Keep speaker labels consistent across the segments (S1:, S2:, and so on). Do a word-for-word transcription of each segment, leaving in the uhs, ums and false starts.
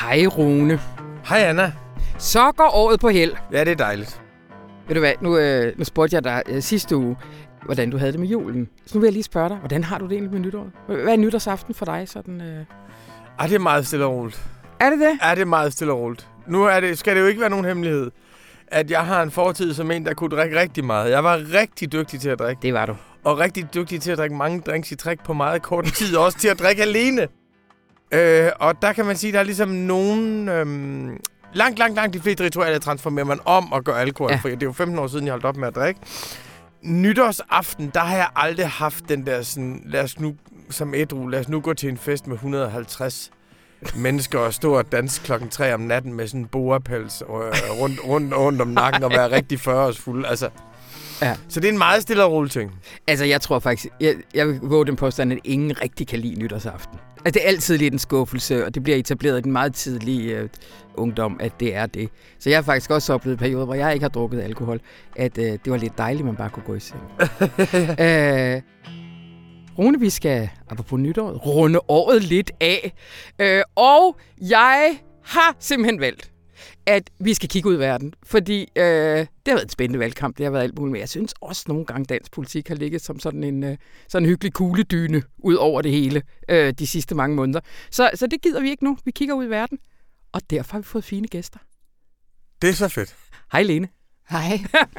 S1: Hej Rune.
S2: Hej Anna.
S1: Så går året på held.
S2: Ja, det er dejligt.
S1: Ved du hvad, nu, øh, nu spurgte jeg dig øh, sidste uge, hvordan du havde det med julen. Så nu vil jeg lige spørge dig, hvordan har du det egentlig med nytåret? Hvad er nytårsaften for dig? Sådan, øh...
S2: Ej, det er meget stille og roligt.
S1: Er det det?
S2: Ja, det er meget stille og roligt. Nu er det, skal det jo ikke være nogen hemmelighed, at jeg har en fortid som en, der kunne drikke rigtig meget. Jeg var rigtig dygtig til at drikke.
S1: Det var du.
S2: Og rigtig dygtig til at drikke mange drinks i træk på meget kort tid, også til at drikke alene. Øh, og der kan man sige, at der er ligesom nogen... Øhm, langt, langt, langt de fleste ritualer transformerer man om og gør alkoholfri. Ja. Det er jo femten år siden, jeg holdt op med at drikke. Nytårsaften, der har jeg aldrig haft den der sådan, lad os nu, som ædru, lad os nu gå til en fest med et hundrede og halvtreds mennesker og stå og danse klokken tre om natten med sådan en boapels og, øh, rundt, rundt, rundt om nakken og være rigtig fyrre års fuld. Altså, ja. Så det er en meget stille og rolig ting.
S1: Altså, jeg tror faktisk, jeg, jeg vil våge den påstand, at ingen rigtig kan lide nytårsaften. Altså, det er altid lidt en skuffelse, og det bliver etableret i den meget tidlige øh, ungdom, at det er det. Så jeg har faktisk også oplevet perioder, hvor jeg ikke har drukket alkohol, at øh, det var lidt dejligt, at man bare kunne gå i seng. øh, Rune, vi skal, apropos nytåret, runde året lidt af. Øh, og jeg har simpelthen valgt, at vi skal kigge ud i verden. Fordi øh, det har været en spændende valgkamp, det har været alt muligt. Men jeg synes også nogle gange, dansk politik har ligget som sådan en, øh, sådan en hyggelig kugledyne ud over det hele øh, de sidste mange måneder. Så, så det gider vi ikke nu. Vi kigger ud i verden. Og derfor har vi fået fine gæster.
S2: Det er så fedt.
S1: Hej Lene.
S3: Hej.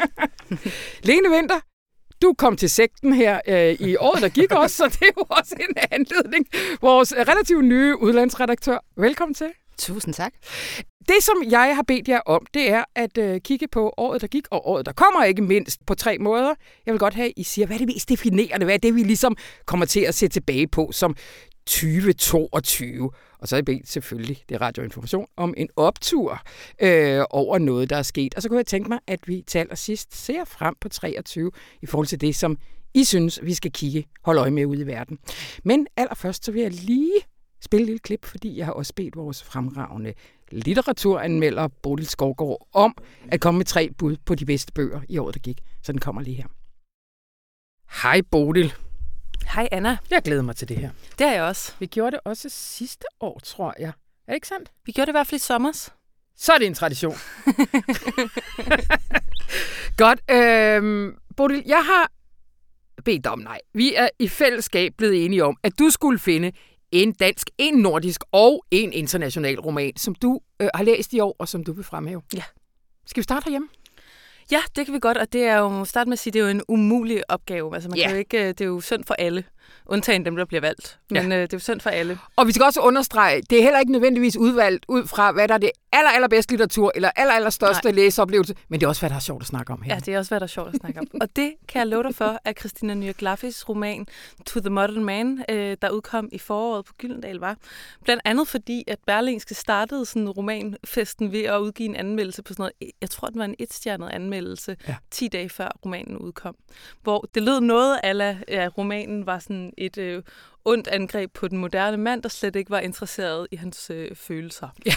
S1: Lene Winther. Du kom til sekten her øh, i året, der gik også, så det er jo også en anledning. Vores relativt nye udlandsredaktør. Velkommen til.
S3: Tusind tak.
S1: Det, som jeg har bedt jer om, det er at øh, kigge på året, der gik, og året, der kommer, ikke mindst på tre måder. Jeg vil godt have, at I siger, hvad er det mest definerende? Hvad er det, vi ligesom kommer til at se tilbage på som tyve toogtyve? Og så har jeg bedt selvfølgelig, det er radioinformation, om en optur øh, over noget, der er sket. Og så kunne jeg tænke mig, at vi til allersidst ser frem på treogtyve i forhold til det, som I synes, vi skal kigge, holde øje med ude i verden. Men allerførst, så vil jeg lige spille et lille klip, fordi jeg har også bedt vores fremragende litteraturanmelder Bodil Skovgaard om at komme med tre bud på de bedste bøger i året, der gik. Så den kommer lige her. Hej Bodil.
S3: Hej Anna.
S1: Jeg glæder mig til det her.
S3: Det er jeg også.
S1: Vi gjorde det også sidste år, tror jeg. Er det ikke sandt?
S3: Vi gjorde det i hvert fald i sommers.
S1: Så er det en tradition. Godt. Øhm, Bodil, jeg har bedt om, nej. Vi er i fællesskab blevet enige om, at du skulle finde en dansk, en nordisk og en international roman, som du øh, har læst i år, og som du vil fremhæve.
S3: Ja.
S1: Skal vi starte herhjemme?
S3: Ja, det kan vi godt, og det er jo, start med at sige, det er jo en umulig opgave. Altså man
S1: ja.
S3: kan jo ikke, det er jo synd for alle, undtagen dem, der bliver valgt. Men ja. øh, det er jo synd for alle.
S1: Og vi skal også understrege, det er heller ikke nødvendigvis udvalgt ud fra, hvad der er det aller, allerbedste litteratur, eller aller, allerstørste læseoplevelse, men det er også, hvad der er sjovt at snakke om her.
S3: Ja, det er også, hvad der er sjovt at snakke om. Og det kan jeg love dig for, at Christina Nygaardlaffis roman To the Modern Man, øh, der udkom i foråret på Gyldendal, var. Blandt andet fordi, at Berlingske startede sådan romanfesten ved at udgive en anmeldelse på sådan noget, jeg tror, det var en etstjernet anmeldelse, ja. ti dage før romanen udkom. Hvor det lød noget ala, ja, romanen var sådan et øh, ondt angreb på den moderne mand, der slet ikke var interesseret i hans øh, følelser. Ja.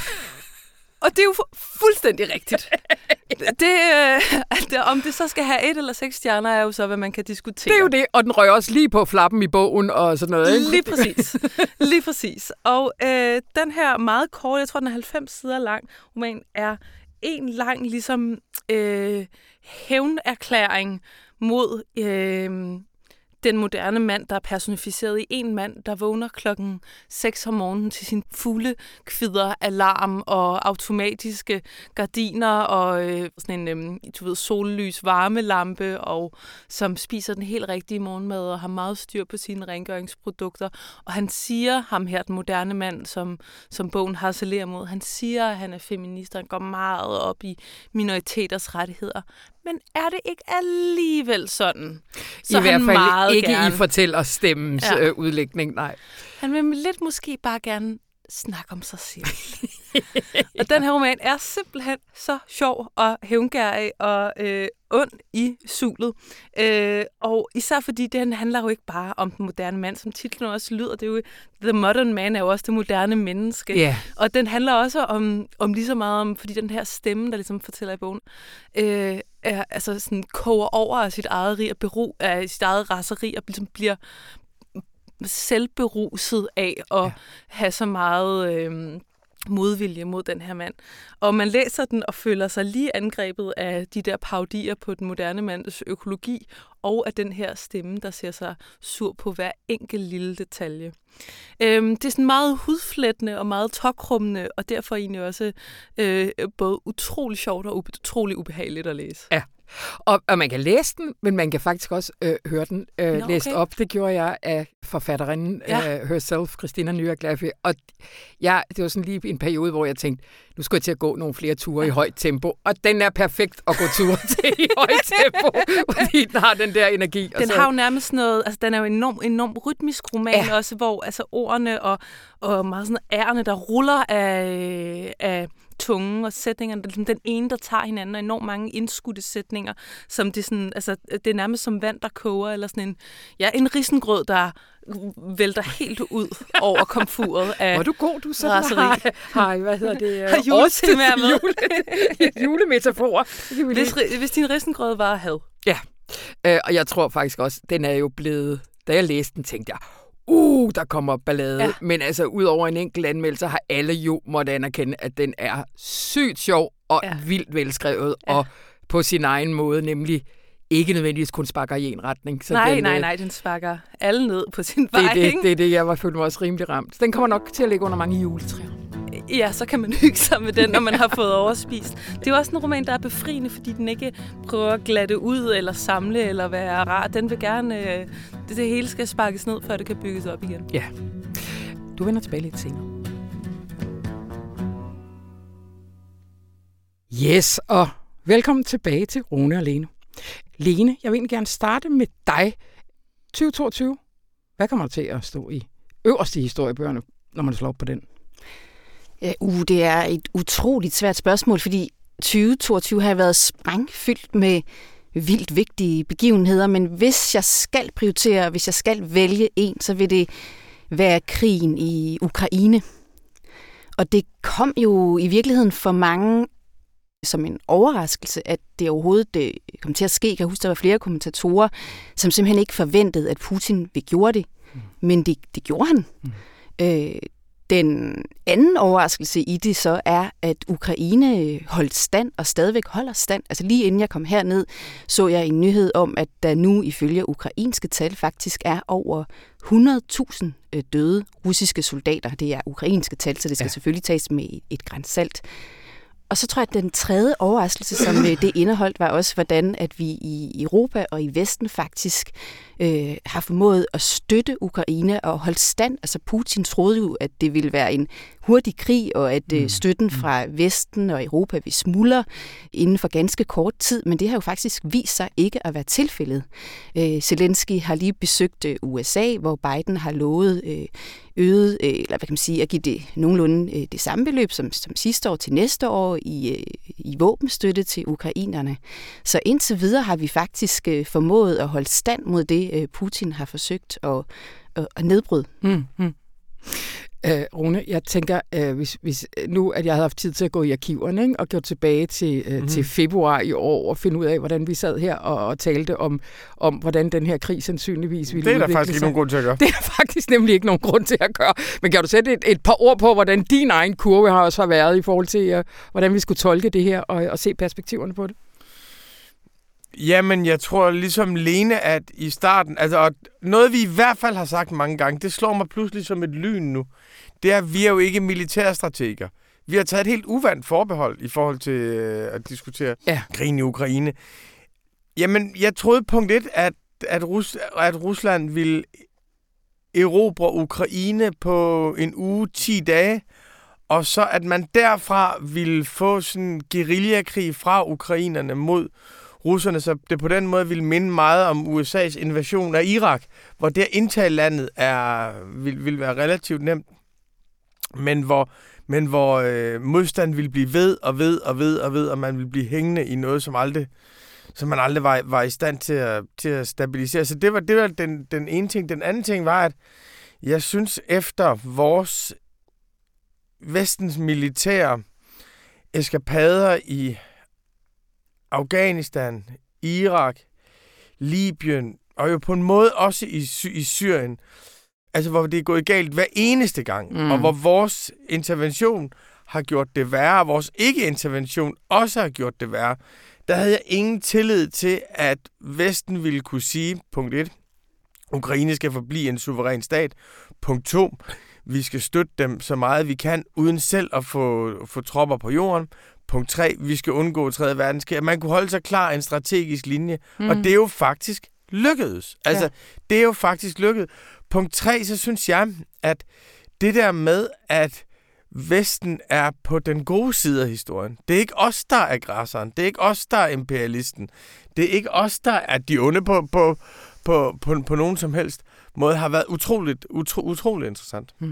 S3: Og det er jo fu- fuldstændig rigtigt. det, øh, det, om det så skal have et eller seks stjerner, er jo så, hvad man kan diskutere.
S1: Det er jo det, og den røg også lige på flappen i bogen og sådan noget, ikke?
S3: Lige præcis. Lige præcis. Og øh, den her meget kort, jeg tror, den er halvfems sider lang, roman, er en lang ligesom øh, hævnerklæring mod øh, den moderne mand, der er personificeret i en mand, der vågner klokken seks om morgenen til sin fuglekvidder, alarm og automatiske gardiner og øh, sådan en øh, du ved, sollys varmelampe, og som spiser den helt rigtige morgenmad og har meget styr på sine rengøringsprodukter. Og han siger, ham her, den moderne mand, som, som bogen harcelerer mod, han siger, at han er feminist, og han går meget op i minoriteters rettigheder. Men er det ikke alligevel sådan? Så
S1: I hvert fald ikke
S3: gerne.
S1: I fortæller stemmens ja. øh, udlægning, nej.
S3: Han vil lidt måske bare gerne snakke om sig selv. Og den her roman er simpelthen så sjov og hævngærig og øh, ond i sulet. Øh, og især fordi den handler jo ikke bare om den moderne mand, som titlen også lyder. Det er jo, The Modern Man er jo også det moderne menneske.
S1: Yeah.
S3: Og den handler også om, om lige så meget om, fordi den her stemme, der ligesom fortæller i bogen, øh, er, altså sådan koger over af sit eget rig og bero af sit eget raseri og ligesom bliver selvberuset af at ja. have så meget øh, modvilje mod den her mand. Og man læser den og føler sig lige angrebet af de der parodier på den moderne mands økologi, og af den her stemme, der ser sig sur på hver enkelt lille detalje. Øhm, det er sådan meget hudflættende og meget tokrummende, og derfor egentlig også øh, både utrolig sjovt og utrolig ubehageligt at læse.
S1: Ja. Og, og man kan læse den, men man kan faktisk også øh, høre den øh, Nå, læst okay. op. Det gjorde jeg af forfatterinden ja. øh, herself, Christina Nyaklefi. Og jeg, det var sådan lige en periode, hvor jeg tænkte, nu skal jeg til at gå nogle flere ture i højt tempo. Og den er perfekt at gå ture til i højt tempo, fordi den har den der energi.
S3: Den
S1: så...
S3: har jo nærmest noget, altså den er jo enormt enorm rytmisk roman ja. også, hvor altså ordene og, og meget sådan ærerne, der ruller af... af tunge og sætningerne, ligesom den ene, der tager hinanden, og enormt mange indskudte sætninger, som det, sådan, altså, det er nærmest som vand, der koger, eller sådan en, ja, en risengrød, der vælter helt ud over komfuret af
S1: Hvor er du god, du sådan
S3: raseri.
S1: Hej, hvad hedder det?
S3: Har juletemaer med.
S1: Jule, julemetafor.
S3: Hvis, hvis din risengrød var had.
S1: Ja, øh, og jeg tror faktisk også, den er jo blevet, da jeg læste den, tænkte jeg, uh, der kommer ballade. Ja. Men altså, ud over en enkelt anmeldelse, har alle jo måtte anerkende, at den er sygt sjov og ja. vildt velskrevet, ja. og på sin egen måde, nemlig ikke nødvendigvis kun sparker i en retning. Så
S3: nej,
S1: den,
S3: nej, nej, den sparker alle ned på sin vej.
S1: Det er det, det, det, jeg var følt mig også rimelig ramt. Den kommer nok til at ligge under mange juletræer.
S3: Ja, så kan man hygge sig med den, når man har fået overspist. Det er også en roman, der er befriende, fordi den ikke prøver at glatte ud eller samle eller være rar. Den vil gerne... Øh, det, det hele skal sparkes ned, før det kan bygges op igen.
S1: Ja. Du vender tilbage lidt senere. Yes, og velkommen tilbage til Rune og Lene. Lene, jeg vil egentlig gerne starte med dig. tyve toogtyve. Hvad kommer der til at stå i øverste historiebøgerne, når man slår op på den?
S4: Ja, uh, det er et utroligt svært spørgsmål, fordi tyve toogtyve har været sprængfyldt med vildt vigtige begivenheder, men hvis jeg skal prioritere, hvis jeg skal vælge en, så vil det være krigen i Ukraine. Og det kom jo i virkeligheden for mange som en overraskelse, at det overhovedet det kom til at ske. Jeg kan huske, der var flere kommentatorer, som simpelthen ikke forventede, at Putin ville gøre det. Mm. Men det, det gjorde han. Mm. Øh, den anden overraskelse i det så er, at Ukraine holdt stand og stadigvæk holder stand. Altså lige inden jeg kom herned, så jeg en nyhed om, at der nu ifølge ukrainske tal faktisk er over hundrede tusind døde russiske soldater. Det er ukrainske tal, så det skal ja. selvfølgelig tages med et gran salt. Og så tror jeg, at den tredje overraskelse, som det indeholdt, var også, hvordan at vi i Europa og i Vesten faktisk øh, har formået at støtte Ukraine og holde stand. Altså Putin troede jo, at det ville være en hurtig krig, og at øh, støtten fra Vesten og Europa ville smuldre inden for ganske kort tid, men det har jo faktisk vist sig ikke at være tilfældet. Øh, Zelensky har lige besøgt øh, U S A, hvor Biden har lovet øh, øget, øh, eller hvad kan man sige, at give det nogenlunde øh, det samme beløb som, som sidste år til næste år i, øh, i våbenstøtte til ukrainerne. Så indtil videre har vi faktisk øh, formået at holde stand mod det, øh, Putin har forsøgt at, at, at nedbryde.
S1: Mm, mm. Uh, Rune, jeg tænker, uh, hvis, hvis nu, at jeg havde haft tid til at gå i arkiverne, ikke, og gå tilbage til, uh, mm. til februar i år og finde ud af, hvordan vi sad her og, og talte om, om, hvordan den her krig sandsynligvis ville udvikle sig.
S2: Det er der faktisk ikke nogen grund til at gøre.
S1: Det er faktisk nemlig ikke nogen grund til at gøre. Men kan du sætte et, et par ord på, hvordan din egen kurve har også har været i forhold til, uh, hvordan vi skulle tolke det her og, og se perspektiverne på det?
S2: Jamen, jeg tror ligesom Lene, at i starten, altså noget vi i hvert fald har sagt mange gange, det slår mig pludselig som et lyn nu, det er, at vi er jo ikke militærstrateger. Vi har taget et helt uvandt forbehold i forhold til øh, at diskutere ja. krigen i Ukraine. Jamen, jeg troede punkt et, at, at, Rus- at Rusland ville erobre Ukraine på en uge, ti dage, og så at man derfra ville få sådan en guerillakrig fra ukrainerne mod russerne, så det på den måde ville minde meget om U S A's invasion af Irak, hvor det at indtage landet er, vil, vil være relativt nemt, men hvor, men hvor øh, modstanden ville blive ved og ved og ved og ved, og man ville blive hængende i noget, som, aldrig, som man aldrig var, var i stand til at, til at stabilisere. Så det var, det var den, den ene ting. Den anden ting var, at jeg synes, efter vores vestens militære eskapader i Afghanistan, Irak, Libyen, og jo på en måde også i, Sy- i Syrien, altså hvor det er gået galt hver eneste gang, mm. og hvor vores intervention har gjort det værre, og vores ikke-intervention også har gjort det værre, der havde jeg ingen tillid til, at Vesten ville kunne sige, punkt et, Ukraine skal forblive en suveræn stat, punkt to, vi skal støtte dem så meget vi kan, uden selv at få, få tropper på jorden, punkt tre, vi skal undgå tredje verdenskrig. Man kunne holde sig klar en strategisk linje, mm. og det er jo faktisk lykkedes. Altså, ja. det er jo faktisk lykkedes. Punkt tre, så synes jeg, at det der med, at Vesten er på den gode side af historien. Det er ikke os, der er aggressoren. Det er ikke os, der er imperialisten. Det er ikke os, der er de onde på, på, på, på, på nogen som helst måde. Har været utroligt, utro, utroligt interessant.
S1: Hmm.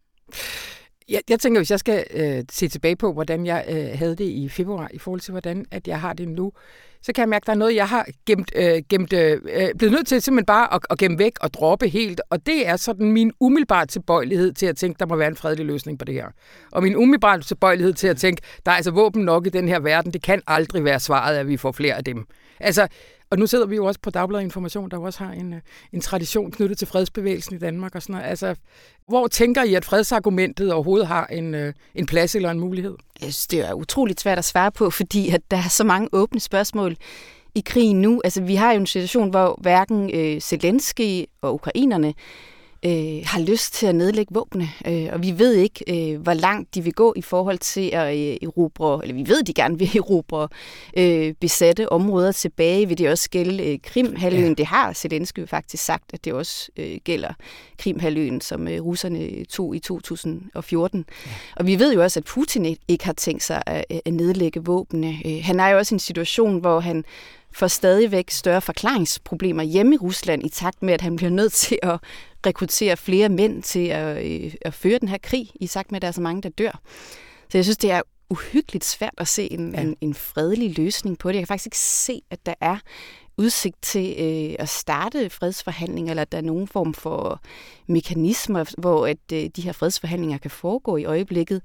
S1: Jeg, jeg tænker, hvis jeg skal øh, se tilbage på, hvordan jeg øh, havde det i februar, i forhold til, hvordan at jeg har det nu, så kan jeg mærke, at der er noget, jeg har gemt, øh, gemt, øh, blevet nødt til simpelthen bare at, at gemme væk og droppe helt. Og det er sådan min umiddelbare tilbøjelighed til at tænke, der må være en fredelig løsning på det her. Og min umiddelbare tilbøjelighed til at tænke, der er altså våben nok i den her verden, det kan aldrig være svaret, at vi får flere af dem. Altså, og nu sidder vi jo også på Dagbladet Information, der også har en, en tradition knyttet til fredsbevægelsen i Danmark og sådan noget. Altså, hvor tænker I, at fredsargumentet overhovedet har en, en plads eller en mulighed?
S4: Jeg synes, det er utroligt svært at svare på, fordi at der er så mange åbne spørgsmål i krigen nu. Altså, vi har jo en situation, hvor hverken øh, Zelensky og ukrainerne øh, har lyst til at nedlægge våbne, øh, og vi ved ikke, øh, hvor langt de vil gå i forhold til at øh, erobre, eller vi ved, at de gerne vil erobre øh, besatte områder tilbage. Vil det også gælde øh, Krimhalvøen? Ja. Det har Zelensky faktisk sagt, at det også øh, gælder Krimhalvøen, som øh, russerne tog i to tusind og fjorten. Ja. Og vi ved jo også, at Putin ikke har tænkt sig at, at nedlægge våbne. Øh, han er jo også i en situation, hvor han får stadigvæk større forklaringsproblemer hjemme i Rusland, i takt med, at han bliver nødt til at rekruttere flere mænd til at, øh, at føre den her krig, i takt med, at der er så mange, der dør. Så jeg synes, det er uhyggeligt svært at se en, ja. en, en fredelig løsning på det. Jeg kan faktisk ikke se, at der er udsigt til øh, at starte fredsforhandlinger, eller at der er nogen form for mekanismer, hvor at, øh, de her fredsforhandlinger kan foregå i øjeblikket.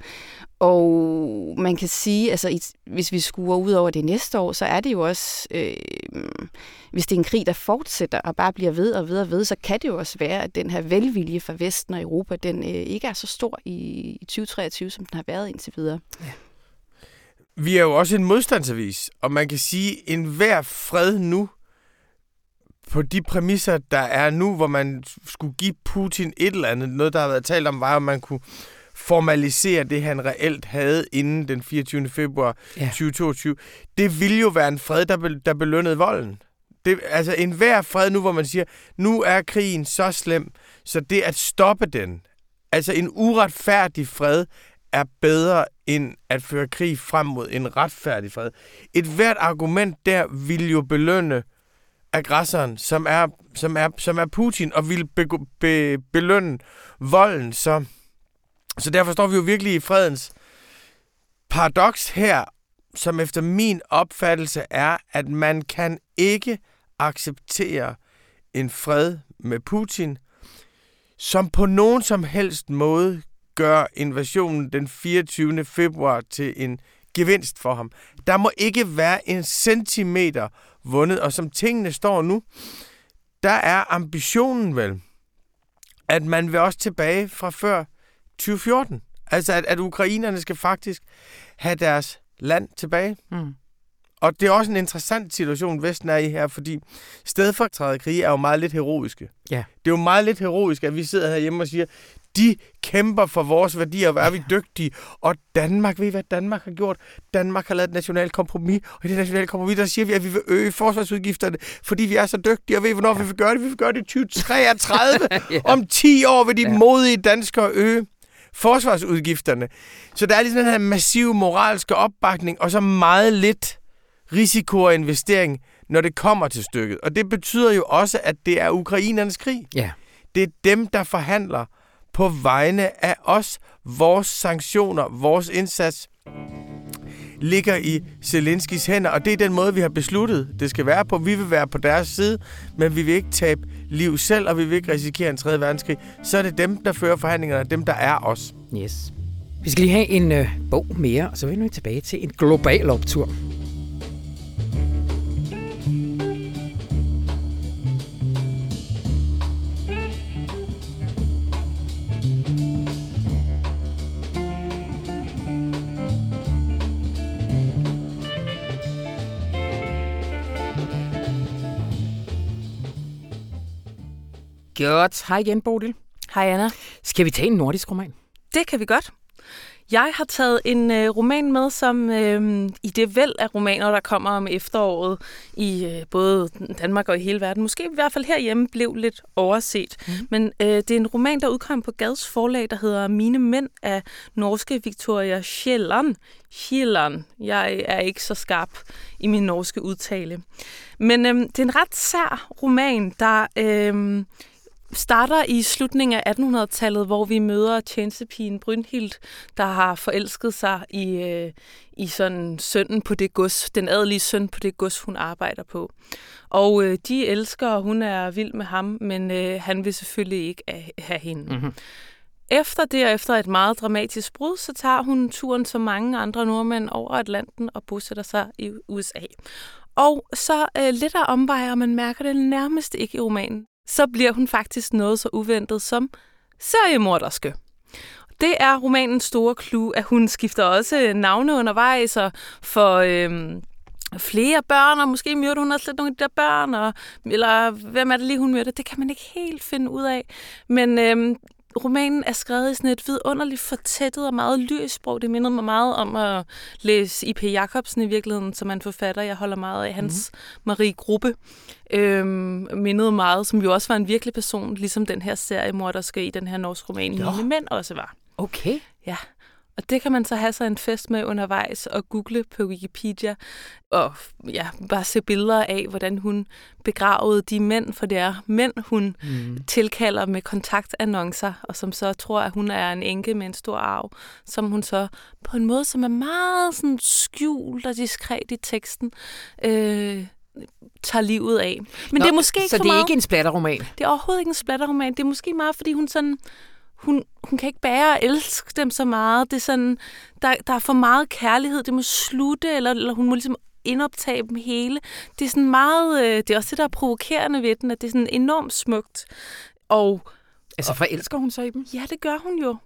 S4: Og man kan sige, altså i, hvis vi skuer ud over det næste år, så er det jo også, øh, hvis det er en krig, der fortsætter og bare bliver ved og ved og ved, så kan det jo også være, at den her velvilje fra Vesten og Europa, den øh, ikke er så stor i, i tyve treogtyve, som den har været indtil videre. Ja.
S2: Vi er jo også en modstandsavis, og man kan sige, at enhver fred nu, på de præmisser, der er nu, hvor man skulle give Putin et eller andet, noget, der har været talt om, var, at man kunne formalisere det, han reelt havde inden den fireogtyvende februar ja. tyve toogtyve. Det ville jo være en fred, der, be, der belønnede volden. Det, altså enhver fred nu, hvor man siger, nu er krigen så slem, så det at stoppe den, altså en uretfærdig fred, er bedre end at føre krig frem mod en retfærdig fred. Et hvert argument der vil jo belønne aggressoren, som er, som er, som er Putin, og vil be, be, belønne volden. Så, så derfor står vi jo virkelig i fredens paradoks her, som efter min opfattelse er, at man kan ikke acceptere en fred med Putin, som på nogen som helst måde gør invasionen den fireogtyvende februar til en gevinst for ham. Der må ikke være en centimeter vundet, og som tingene står nu, der er ambitionen vel, at man vil også tilbage fra før tyve fjorten. Altså, at, at ukrainerne skal faktisk have deres land tilbage. Mm. Og det er også en interessant situation, Vesten er i her, fordi stedfortrædende krige er jo meget lidt heroiske. Ja. Det er jo meget lidt heroisk, at vi sidder herhjemme og siger, de kæmper for vores værdier, hvor er vi dygtige. Og Danmark, ved I hvad Danmark har gjort? Danmark har lavet et nationalt kompromis, og i det nationale kompromis, der siger vi, at vi vil øge forsvarsudgifterne, fordi vi er så dygtige, og ved I, hvornår ja. vi vil gøre det? Vi vil gøre det i tyve treogtredive. ja. Om ti år vil de ja. modige danskere øge forsvarsudgifterne. Så der er lige sådan den her massive moralske opbakning, og så meget lidt risiko og investering, når det kommer til stykket. Og det betyder jo også, at det er ukrainernes krig. Ja. Det er dem, der forhandler på vegne af os. Vores sanktioner, vores indsats ligger i Zelenskys hænder, og det er den måde, vi har besluttet, det skal være på. Vi vil være på deres side, men vi vil ikke tabe liv selv, og vi vil ikke risikere en tredje verdenskrig. Så er det dem, der fører forhandlingerne, dem, der er os.
S1: Yes. Vi skal lige have en øh, bog mere, og så vender vi tilbage til en global optur. Godt. Hej igen, Bodil.
S3: Hej Anna.
S1: Skal vi tage en nordisk roman?
S3: Det kan vi godt. Jeg har taget en øh, roman med, som øh, i det væld af romaner, der kommer om efteråret i øh, både Danmark og i hele verden, måske i hvert fald herhjemme, blev lidt overset. Mm. Men øh, det er en roman, der udkom på Gads forlag, der hedder Mine Mænd af norske Victoria Skjælland. Skjælland. Jeg er ikke så skarp i min norske udtale. Men øh, det er en ret sær roman, der... Øh, starter i slutningen af attenhundredetallet, hvor vi møder tjenestepigen Brynhild, der har forelsket sig i, øh, i sådan sønnen på det gods, den adelige søn på det gods, hun arbejder på. Og øh, de elsker, og hun er vild med ham, men øh, han vil selvfølgelig ikke have hende. Mm-hmm. Efter det, og efter et meget dramatisk brud, så tager hun turen som mange andre nordmænd over Atlanten og bosætter sig i U S A. Og så øh, lidt af omveje, og man mærker det nærmest ikke i romanen, så bliver hun faktisk noget så uventet som seriemorderske. Det er romanens store clou, at hun skifter også navne undervejs og for øhm, flere børn, og måske myrder hun også lidt nogle af de der børn, og, eller hvem er det lige, hun myrder? Det kan man ikke helt finde ud af. Men øhm, romanen er skrevet i sådan et vidunderligt fortættet og meget lyrisk sprog. Det mindede mig meget om at læse I P Jacobsen i virkeligheden, som er en forfatter, jeg holder meget af. Hans mm. Marie Grubbe øhm, mindede meget, som jo også var en virkelig person, ligesom den her seriemorderske i den her norske roman, Mine Mænd også var.
S1: Okay.
S3: Ja. Og det kan man så have sig en fest med undervejs og google på Wikipedia og ja, bare se billeder af, hvordan hun begravede de mænd, for det er mænd, hun mm. tilkalder med kontaktannoncer, og som så tror, at hun er en enke med en stor arv, som hun så på en måde, som er meget sådan skjult og diskret i teksten, øh, tager livet af. Men
S1: Nå,
S3: det er måske ikke
S1: så
S3: for
S1: det er
S3: meget,
S1: ikke en splatterroman?
S3: Det er overhovedet ikke en splatterroman. Det er måske meget, fordi hun sådan... Hun, hun kan ikke bære at elske dem så meget. Det er sådan, der, der er for meget kærlighed. Det må slutte, eller, eller hun må ligesom indoptage dem hele. Det er sådan meget... Øh, det er også det, der er provokerende ved den, at det er sådan enormt smukt. Og,
S1: altså forelsker hun så i dem?
S3: Ja, det gør hun jo.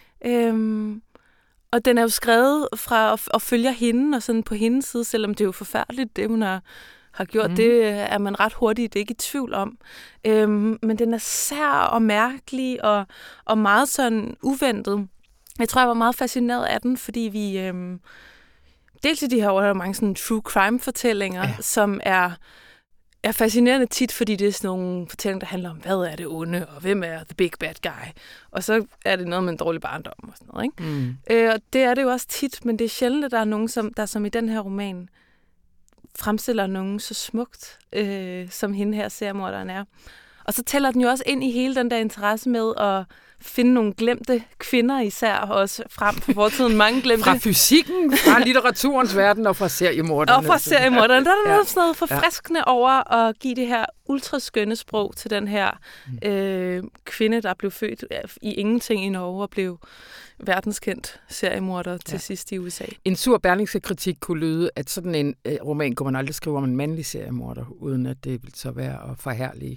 S3: Øhm, og den er jo skrevet fra at, at følge hende, og sådan på hendes side, selvom det er jo forfærdeligt, det hun har... har gjort, mm. det er man ret hurtigt, det er ikke i tvivl om. Øhm, men den er sær og mærkelig og, og meget sådan uventet. Jeg tror, jeg var meget fascineret af den, fordi vi... Øhm, dels i de her år, der er mange sådan true crime-fortællinger, ja. som er, er fascinerende tit, fordi det er sådan nogle fortællinger, der handler om, hvad er det onde, og hvem er the big bad guy? Og så er det noget med en dårlig barndom og sådan noget, ikke? Mm. Øh, og det er det jo også tit, men det er sjældent, at der er nogen, som, der som i den her roman fremstiller nogen så smukt, øh, som hende her seriemorderen er. Og så tæller den jo også ind i hele den der interesse med at finde nogle glemte kvinder især, også frem for fortiden mange glemte.
S1: Fra fysikken, fra litteraturens verden og fra seriemorderne.
S3: Og fra seriemorderne. Der er der ja. sådan noget forfriskende ja. over at give det her ultraskønne sprog til den her øh, kvinde, der blev født i ingenting i Norge og blev verdenskendt seriemorder til ja. sidst i U S A.
S1: En sur Berlingske kritik kunne lyde, at sådan en øh, roman kunne man aldrig skrive om en mandlig seriemorder, uden at det ville så være at forherlige.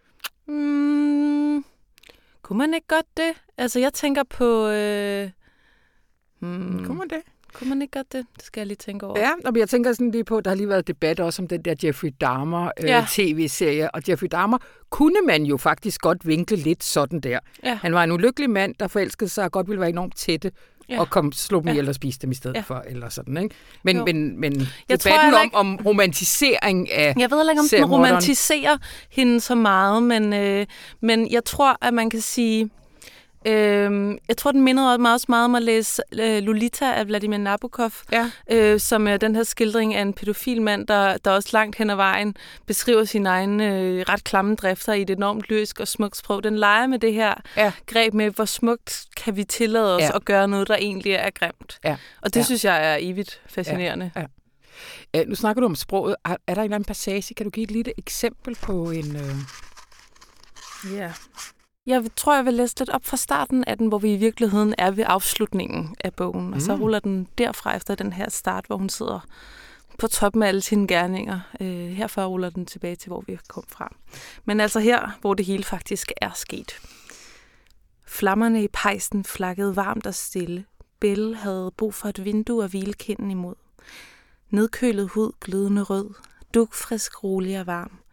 S3: Mm, kunne man ikke godt det? Altså, jeg tænker på... Øh, hmm,
S1: kunne man det?
S3: Kunne man ikke godt det? Det skal jeg lige tænke over.
S1: Ja, og jeg tænker sådan lige på, der har lige været debat også om den der Jeffrey Dahmer øh, ja. tv-serie, og Jeffrey Dahmer kunne man jo faktisk godt vinkle lidt sådan der. Ja. Han var en ulykkelig mand, der forelskede sig og godt ville være enormt tætte, ja. og kom, slå dem ihjel ja. og spise dem i stedet ja. for, eller sådan, ikke? Men, men, men jeg debatten tror, ikke... om, om romantisering af
S3: Jeg ved ikke, om den romantiserer hende så meget, men, øh, men jeg tror, at man kan sige... Øh, jeg tror, den mindede meget, også meget om at læse øh, Lolita af Vladimir Nabokov, ja. øh, som er den her skildring af en pædofil mand, der, der også langt hen ad vejen beskriver sine egne øh, ret klamme drifter i et enormt lyrisk og smukt sprog. Den leger med det her ja. greb med, hvor smukt kan vi tillade os ja. at gøre noget, der egentlig er grimt. Ja. Og det ja. synes jeg er evigt fascinerende. Ja.
S1: Ja. Uh, nu snakker du om sproget. Er, er der en eller anden passage? Kan du give et lille eksempel på en... Øh...
S3: Ja... Jeg tror, jeg vil læse lidt op fra starten af den, hvor vi i virkeligheden er ved afslutningen af bogen. Mm. Og så ruller den derfra efter den her start, hvor hun sidder på toppen af alle sine gerninger. Øh, herfra ruller den tilbage til, hvor vi kom fra. Men altså her, hvor det hele faktisk er sket. Flammerne i pejsen flakkede varmt og stille. Belle havde brug for et vindue og hvilekinden imod. Nedkølet hud, glødende rød. Dugfrisk, rolig og varm.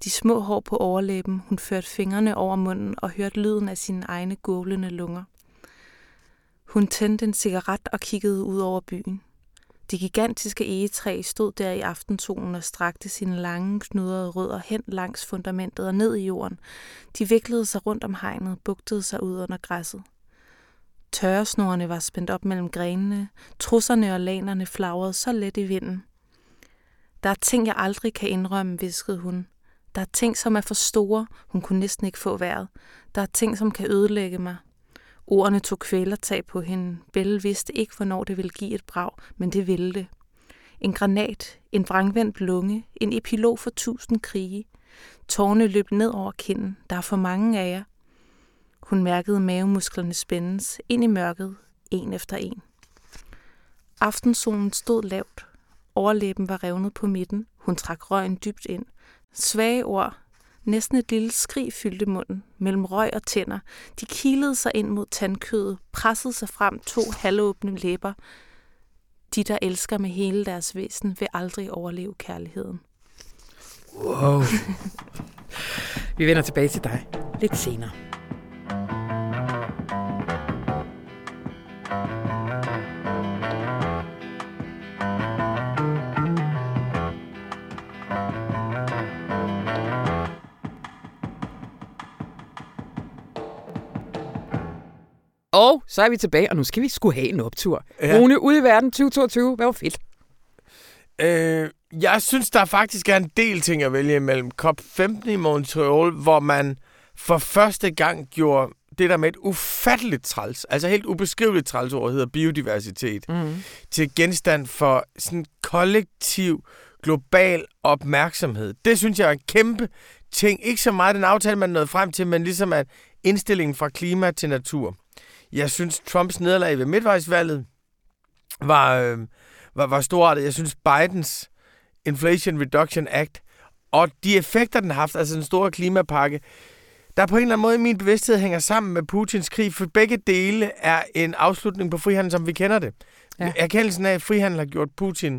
S3: De små hår på overlæben, hun førte fingrene over munden og hørte lyden af sine egne gurglende lunger. Hun tændte en cigaret og kiggede ud over byen. Det gigantiske egetræ stod der i aftensolen og strakte sine lange, knudrede rødder hen langs fundamentet og ned i jorden. De viklede sig rundt om hegnet, bugtede sig ud under græsset. Tørresnorene var spændt op mellem grenene, trusserne og lanerne flagrede så let i vinden. Der er ting, jeg aldrig kan indrømme, hviskede hun. Der er ting, som er for store, hun kunne næsten ikke få vejret. Der er ting, som kan ødelægge mig. Ordene tog kvælertag på hende. Belle vidste ikke, hvornår det ville give et brag, men det ville det. En granat, en vrangvendt lunge, en epilog for tusind krige. Tårerne løb ned over kinden. Der er for mange af jer. Hun mærkede mavemusklerne spændes ind i mørket, en efter en. Aftensolen stod lavt. Overlæben var revnet på midten. Hun trak røgen dybt ind. Svage ord. Næsten et lille skrig fyldte munden, mellem røg og tænder. De kilede sig ind mod tandkødet, pressede sig frem to halvåbne læber. De, der elsker med hele deres væsen, vil aldrig overleve kærligheden.
S1: Wow. Vi vender tilbage til dig lidt senere. Og så er vi tilbage, og nu skal vi sgu have en optur. Ja. Rune, ude i verden tyve toogtyve, hvad var fedt?
S2: Øh, jeg synes, der faktisk er en del ting at vælge imellem. COP femten i Montreal, hvor man for første gang gjorde det der med et ufatteligt træls, altså helt ubeskriveligt trælsord, hedder biodiversitet, mm. til genstand for sådan kollektiv, global opmærksomhed. Det synes jeg er en kæmpe ting. Ikke så meget den aftale, man nåede frem til, men ligesom at indstillingen fra klima til natur. Jeg synes, Trumps nederlag ved midtvejsvalget var, øh, var, var storartet. Jeg synes, Bidens Inflation Reduction Act og de effekter, den har haft, altså den store klimapakke, der på en eller anden måde i min bevidsthed hænger sammen med Putins krig, for begge dele er en afslutning på frihandel, som vi kender det. Ja. Erkendelsen af, at frihandel har gjort Putin,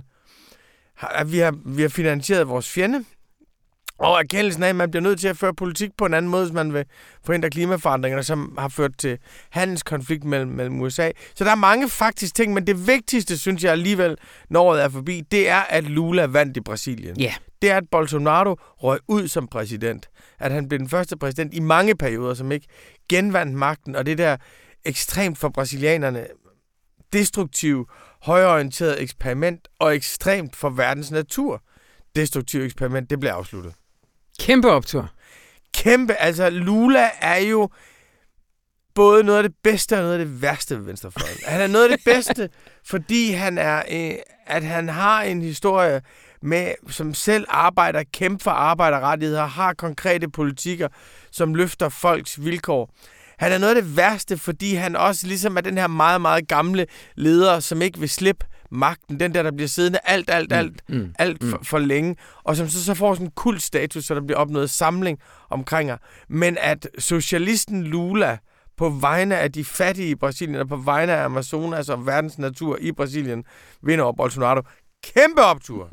S2: at vi har, vi har finansieret vores fjende, og erkendelsen af, at man bliver nødt til at føre politik på en anden måde, hvis man vil forhindre klimaforandringerne, som har ført til handelskonflikt mellem, mellem U S A. Så der er mange faktisk ting, men det vigtigste, synes jeg alligevel, når året er forbi, det er, at Lula vandt i Brasilien.
S1: Yeah.
S2: Det er, at Bolsonaro røg ud som præsident. At han blev den første præsident i mange perioder, som ikke genvandt magten. Og det der ekstremt for brasilianerne destruktive, højreorienterede eksperiment, og ekstremt for verdens natur destruktive eksperiment, det blev afsluttet.
S1: Kæmpe optur.
S2: Kæmpe. Altså, Lula er jo både noget af det bedste og noget af det værste ved venstrefløjen. Han er noget af det bedste, fordi han er, øh, at han har en historie med, som selv arbejder, kæmper for arbejderrettigheder, har konkrete politikker, som løfter folks vilkår. Han er noget af det værste, fordi han også ligesom er den her meget, meget gamle leder, som ikke vil slippe magten. Den der, der bliver siddende alt, alt, alt, mm, mm, alt for, for længe. Og som så, så får sådan en kult status, så der bliver opnået samling omkring her. Men at socialisten Lula på vegne af de fattige i Brasilien, og på vegne af Amazonas og verdens natur i Brasilien, vinder over Bolsonaro. Kæmpe optur!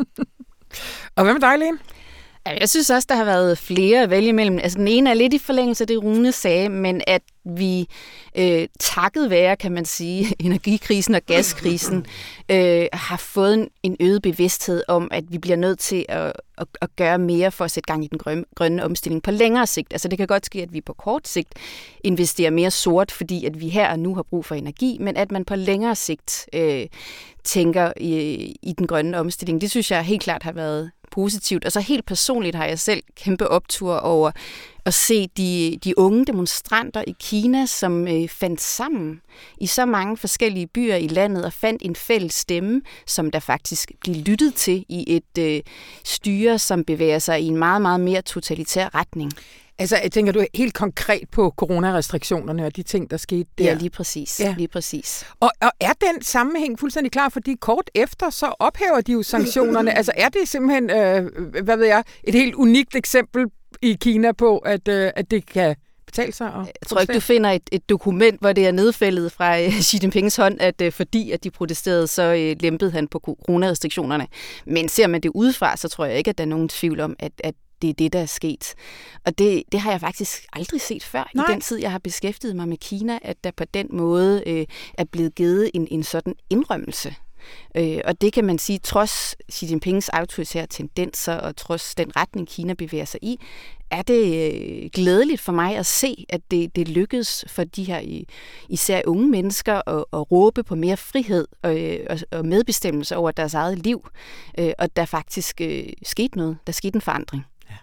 S1: Og hvad med dig, Lene?
S4: Jeg synes også, der har været flere at vælge imellem. Altså, den ene er lidt i forlængelse af det, Rune sagde, men at vi øh, takket være, kan man sige, energikrisen og gaskrisen, øh, har fået en, en øget bevidsthed om, at vi bliver nødt til at, at, at gøre mere for at sætte gang i den grønne, grønne omstilling på længere sigt. Altså, det kan godt ske, at vi på kort sigt investerer mere sort, fordi at vi her og nu har brug for energi, men at man på længere sigt øh, tænker i, i den grønne omstilling. Det synes jeg helt klart har været positivt. Og så helt personligt har jeg selv kæmpe optur over at se de, de unge demonstranter i Kina, som øh, fandt sammen i så mange forskellige byer i landet og fandt en fælles stemme, som der faktisk blev lyttet til i et øh, styre, som bevæger sig i en meget, meget mere totalitær retning.
S1: Altså, jeg tænker du helt konkret på coronarestriktionerne og de ting, der skete der?
S4: Ja, lige præcis. Ja. Lige præcis.
S1: Og, og er den sammenhæng fuldstændig klar? Fordi kort efter, så ophæver de jo sanktionerne. Altså, er det simpelthen, øh, hvad ved jeg, et helt unikt eksempel i Kina på, at, øh, at det kan betale sig? Og
S4: jeg tror ikke, du finder et, et dokument, hvor det er nedfældet fra øh, Xi Jinpings hånd, at øh, fordi at de protesterede, så øh, lempede han på coronarestriktionerne. Men ser man det udefra, så tror jeg ikke, at der er nogen tvivl om, at, at det er det, der er sket. Og det, det har jeg faktisk aldrig set før Nej. i den tid, jeg har beskæftiget mig med Kina, at der på den måde øh, er blevet givet en, en sådan indrømmelse. Øh, og det kan man sige, trods Xi Jinpings autoritære tendenser og trods den retning, Kina bevæger sig i, er det øh, glædeligt for mig at se, at det, det lykkedes for de her især unge mennesker at, at råbe på mere frihed og, og, og medbestemmelse over deres eget liv. Øh, og der faktisk øh, skete noget. Der skete en forandring. Ja.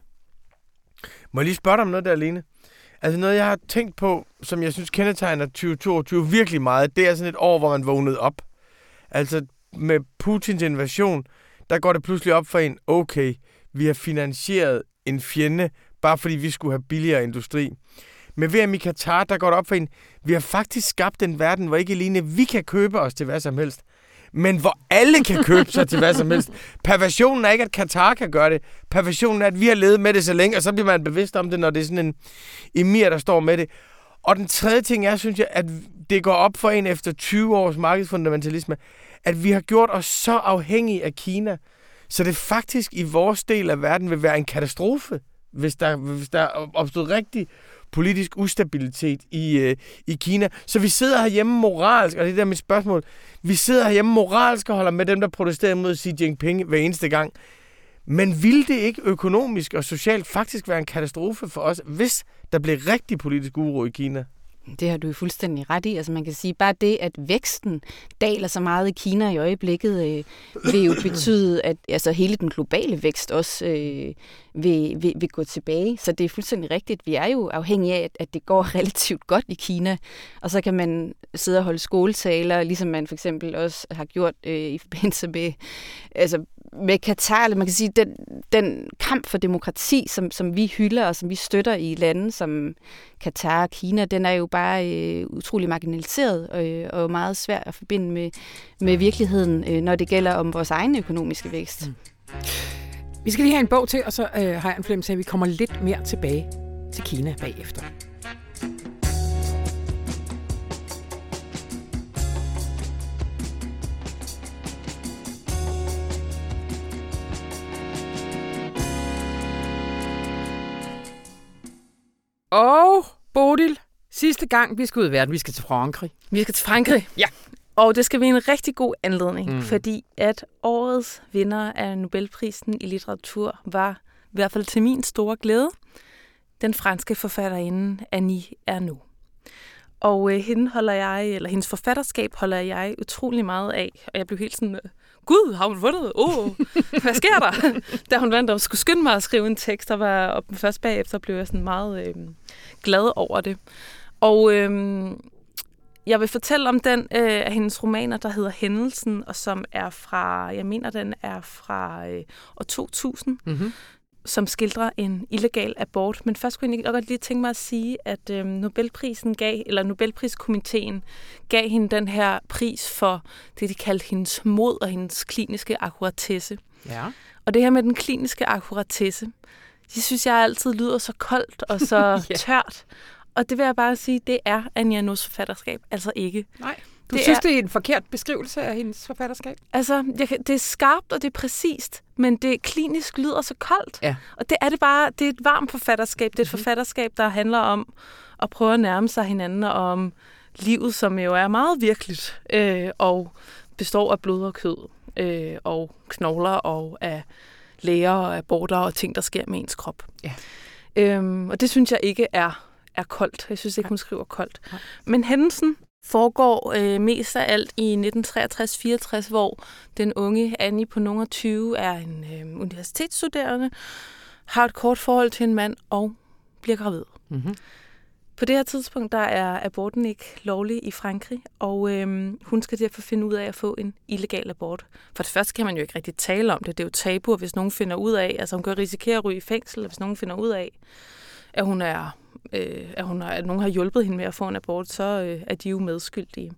S2: Må jeg lige spørge dig om noget der, Lene? Altså noget, jeg har tænkt på, som jeg synes kendetegner tyve toogtyve virkelig meget, det er sådan et år, hvor man vågnede op. Altså med Putins invasion, der går det pludselig op for en, okay, vi har finansieret en fjende, bare fordi vi skulle have billigere industri. Med V M i Katar, der går det op for en, vi har faktisk skabt en verden, hvor ikke alene vi kan købe os til hvad som helst, men hvor alle kan købe sig til hvad som helst. Perversionen er ikke, at Katar kan gøre det. Perversionen er, at vi har levet med det så længe, og så bliver man bevidst om det, når det er sådan en emir, der står med det. Og den tredje ting er, synes jeg, at det går op for en efter tyve års markedsfundamentalisme, at vi har gjort os så afhængige af Kina, så det faktisk i vores del af verden vil være en katastrofe, hvis der, hvis der opstod rigtig politisk ustabilitet i, øh, i Kina. Så vi sidder herhjemme moralsk, og det er der mit spørgsmål, vi sidder herhjemme moralsk og holder med dem, der protesterer mod Xi Jinping hver eneste gang. Men ville det ikke økonomisk og socialt faktisk være en katastrofe for os, hvis der blev rigtig politisk uro i Kina?
S4: Det har du jo fuldstændig ret i. Altså man kan sige, bare det, at væksten daler så meget i Kina i øjeblikket, øh, vil jo betyde, at altså, hele den globale vækst også øh, vil, vil, vil gå tilbage. Så det er fuldstændig rigtigt. Vi er jo afhængige af, at det går relativt godt i Kina. Og så kan man sidde og holde skoletaler, ligesom man for eksempel også har gjort øh, i forbindelse med, altså, med Katar. Man kan sige, den, den kamp for demokrati, som, som vi hylder og som vi støtter i lande som Katar og Kina, den er jo bare øh, utrolig marginaliseret øh, og meget svær at forbinde med, med virkeligheden, øh, når det gælder om vores egen økonomiske vækst. Mm.
S5: Vi skal lige have en bog til, og så øh, har jeg en fornemmelse af, at vi kommer lidt mere tilbage til Kina bagefter. Og Bodil, sidste gang vi skal ud i verden, vi skal til Frankrig.
S3: Vi skal til Frankrig?
S5: Ja.
S3: Og det skal være en rigtig god anledning, mm. fordi at årets vinder af Nobelprisen i litteratur var, i hvert fald til min store glæde, den franske forfatterinde Annie Ernaux. Og øh, hende holder jeg, eller hendes forfatterskab holder jeg utrolig meget af, og jeg blev helt sådan, gud, har hun vundet? Åh, oh, hvad sker der? Da hun vandt og skulle skynde mig at skrive en tekst, der var, og først bagefter blev jeg sådan meget øh, glad over det. Og øh, jeg vil fortælle om den øh, af hendes romaner, der hedder Hændelsen, og som er fra, jeg mener, den er fra øh, år to tusind, mm-hmm. som skildrer en illegal abort. Men først kunne jeg godt lige tænke mig at sige, at øh, Nobelprisen gav, eller Nobelpriskomiteen gav hende den her pris for det, de kaldte hendes mod og hendes kliniske akkuratesse.
S5: Ja. Og
S3: det her med den kliniske akkuratesse, det synes jeg altid lyder så koldt og så ja. tørt. Og det vil jeg bare sige, det er Annie Ernaux forfatterskab altså ikke.
S5: Nej. Du det synes, er, det er en forkert beskrivelse af hendes forfatterskab?
S3: Altså, jeg, det er skarpt, og det er præcist, men det klinisk lyder så koldt.
S5: Ja.
S3: Og det er det bare, det er et varmt forfatterskab. Det er et mm-hmm. forfatterskab, der handler om at prøve at nærme sig hinanden, og om livet, som jo er meget virkeligt, øh, og består af blod og kød, øh, og knogler, og af læger, og aborter, og ting, der sker med ens krop.
S5: Ja.
S3: Øhm, og det synes jeg ikke er, er koldt. Jeg synes ikke, hun skriver koldt. Ja. Men hændelsen foregår øh, mest af alt i nitten treogtres fireogtres, hvor den unge Annie på nogle af tyve er en øh, universitetsstuderende, har et kort forhold til en mand og bliver gravid. Mm-hmm. På det her tidspunkt, der er aborten ikke lovlig i Frankrig, og øh, hun skal derfor finde ud af at få en illegal abort. For det første kan man jo ikke rigtig tale om det. Det er jo tabu, hvis nogen finder ud af, altså hun kan risikere at ryge i fængsel, hvis nogen finder ud af, at hun er Øh, at, hun har, at nogen har hjulpet hende med at få en abort, så øh, er de jo medskyldige.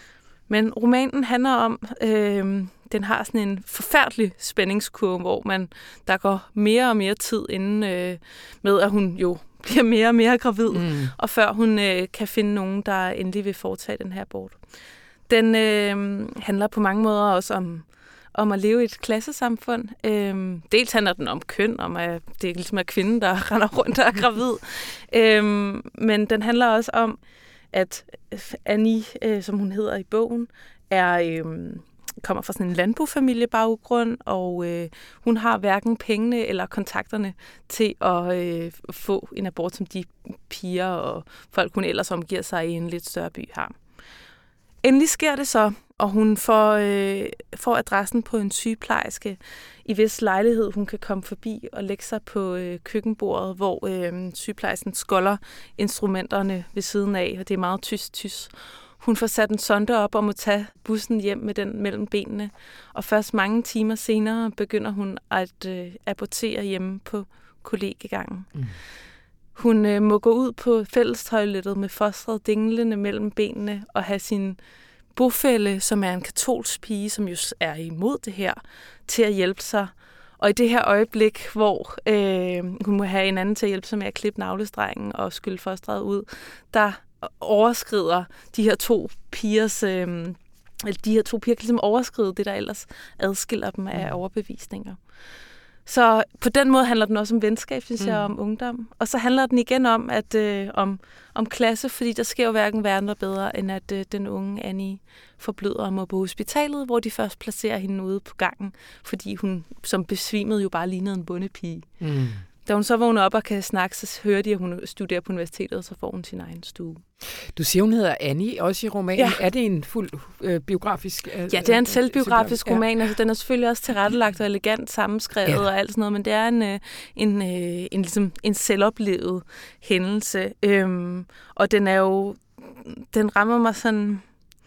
S3: Men romanen handler om, øh, den har sådan en forfærdelig spændingskurve, hvor man der går mere og mere tid inden øh, med, at hun jo bliver mere og mere gravid, mm. og før hun øh, kan finde nogen, der endelig vil foretage den her abort. Den øh, handler på mange måder også om, om at leve i et klassesamfund. Øhm, dels handler den om køn, om at det er ligesom er kvinden, der render rundt og er gravid. øhm, men den handler også om, at Annie, øh, som hun hedder i bogen, er... Øh, kommer fra sådan en landbofamiliebaggrund, og øh, hun har hverken pengene eller kontakterne til at øh, få en abort, som de piger og folk, hun ellers omgiver sig i en lidt større by har. Endelig sker det så, og hun får, øh, får adressen på en sygeplejerske, i hvis lejlighed hun kan komme forbi og lægge sig på øh, køkkenbordet, hvor øh, sygeplejersken skolder instrumenterne ved siden af, og det er meget tys-tys. Hun får sat en sonde op og må tage bussen hjem med den mellem benene. Og først mange timer senere begynder hun at øh, abortere hjemme på kollegiegangen. Mm. Hun øh, må gå ud på fællestoilettet med fostret dinglende mellem benene og have sin bofælle, som er en katolsk pige, som jo er imod det her, til at hjælpe sig. Og i det her øjeblik, hvor øh, hun må have en anden til at hjælpe sig med at klippe navlestrengen og skylle fostret ud, der overskrider de her to pigers, øh, de her to piger kan ligesom overskride det, der ellers adskiller dem af overbevisninger. Så på den måde handler den også om venskab, synes mm. jeg, om ungdom. Og så handler den igen om, at øh, om, om klasse, fordi der sker jo hverken værre eller bedre, end at øh, den unge Annie forbløder og må på hospitalet, hvor de først placerer hende ude på gangen, fordi hun som besvimede jo bare lignede en bondepige. Mm. Da hun så vågner op og kan snakke, så hører de, at hun studerer på universitetet, og så får hun sin egen stue.
S5: Du siger, hun hedder Annie, også i romanen. Ja. Er det en fuld øh, biografisk... Øh,
S3: ja, det er en selvbiografisk ja. roman. Altså, den er selvfølgelig også tilrettelagt og elegant sammenskrevet ja. og alt sådan noget, men det er en, øh, en, øh, en, ligesom, en selvoplevet hændelse. Øhm, og den er jo... Den rammer mig sådan...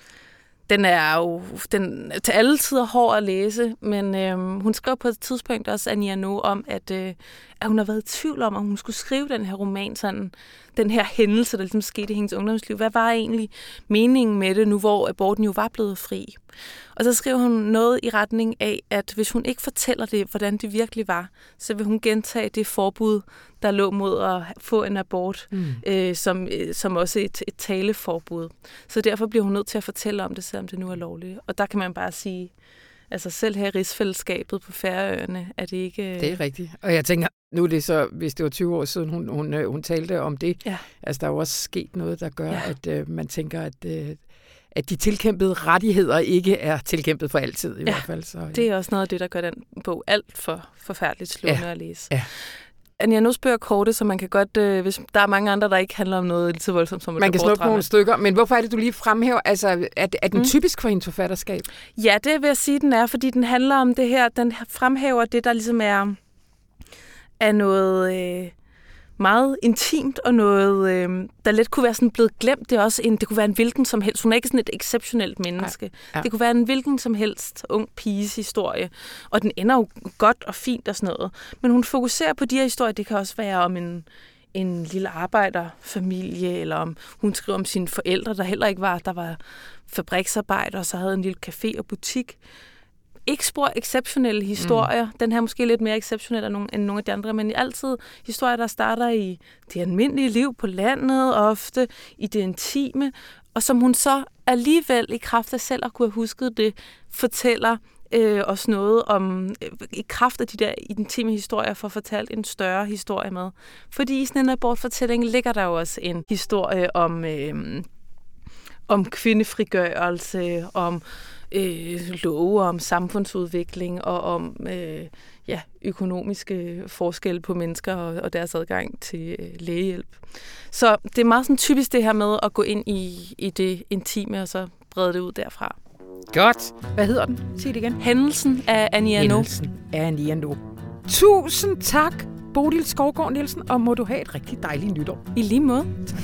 S3: Den er jo den, til alle tider hård at læse, men øhm, hun skrev på et tidspunkt også, Annie Ernaux, om, at, øh, at hun har været i tvivl om, om hun skulle skrive den her roman, sådan, den her hændelse, der ligesom skete i hendes ungdomsliv. Hvad var egentlig meningen med det nu, hvor aborten jo var blevet fri? Og så skriver hun noget i retning af, at hvis hun ikke fortæller det, hvordan det virkelig var, så vil hun gentage det forbud, der lå mod at få en abort, mm. øh, som, øh, som også et, et taleforbud. Så derfor bliver hun nødt til at fortælle om det, selvom det nu er lovligt. Og der kan man bare sige, altså selv her i rigsfællesskabet på Færøerne, er det ikke... Øh...
S5: Det er rigtigt. Og jeg tænker, nu er det så, hvis det var tyve år siden, hun, hun, hun talte om det, ja. altså der er jo også sket noget, der gør, ja. at øh, man tænker, at... Øh, at de tilkæmpede rettigheder ikke er tilkæmpet for altid i
S3: ja,
S5: hvert fald. Så, ja.
S3: Det er også noget af det, der gør den bog alt for forfærdeligt slående ja. at læse.
S5: Ja.
S3: Annie Ernaux bøger korte, så man kan godt, øh, hvis der er mange andre, der ikke handler om noget lige så voldsomt som et
S5: man kan snuppe nogle stykker, men hvorfor er det, du lige fremhæver? Altså, er, er den mm. typisk for hendes forfatterskab?
S3: Ja, det vil jeg sige, den er, fordi den handler om det her, den fremhæver det, der ligesom er, er noget... Øh, meget intimt og noget, øh, der let kunne være sådan blevet glemt. Det er også en, det kunne være en hvilken som helst. Hun er ikke sådan et exceptionelt menneske. Ja, ja. Det kunne være en hvilken som helst ung piges historie. Og den ender jo godt og fint og sådan noget. Men hun fokuserer på de her historier. Det kan også være om en, en lille arbejderfamilie, eller om hun skriver om sine forældre, der heller ikke var, der var fabriksarbejder, og så havde en lille café og butik. Ikke spor exceptionelle historier. Mm. Den her er måske lidt mere exceptionel end nogle, end nogle af de andre, men altid historier, der starter i det almindelige liv på landet, ofte i det intime, og som hun så alligevel i kraft af selv at kunne have husket det, fortæller øh, os noget om, øh, i kraft af de der intime historier, for at fortælle en større historie med. Fordi i sådan en abortfortælling ligger der jo også en historie om, øh, om kvindefrigørelse, om Øh, love om samfundsudvikling og om øh, ja, økonomiske forskelle på mennesker og, og deres adgang til øh, lægehjælp. Så det er meget sådan typisk det her med at gå ind i, i det intime og så brede det ud derfra.
S5: Godt. Hvad hedder den? Sig det igen.
S3: Hændelsen af Annie Ernaux.
S5: Hændelsen af Annie Ernaux. Tusind tak, Bodil Skovgaard Nielsen, og må du have et rigtig dejligt nytår.
S3: I lige måde.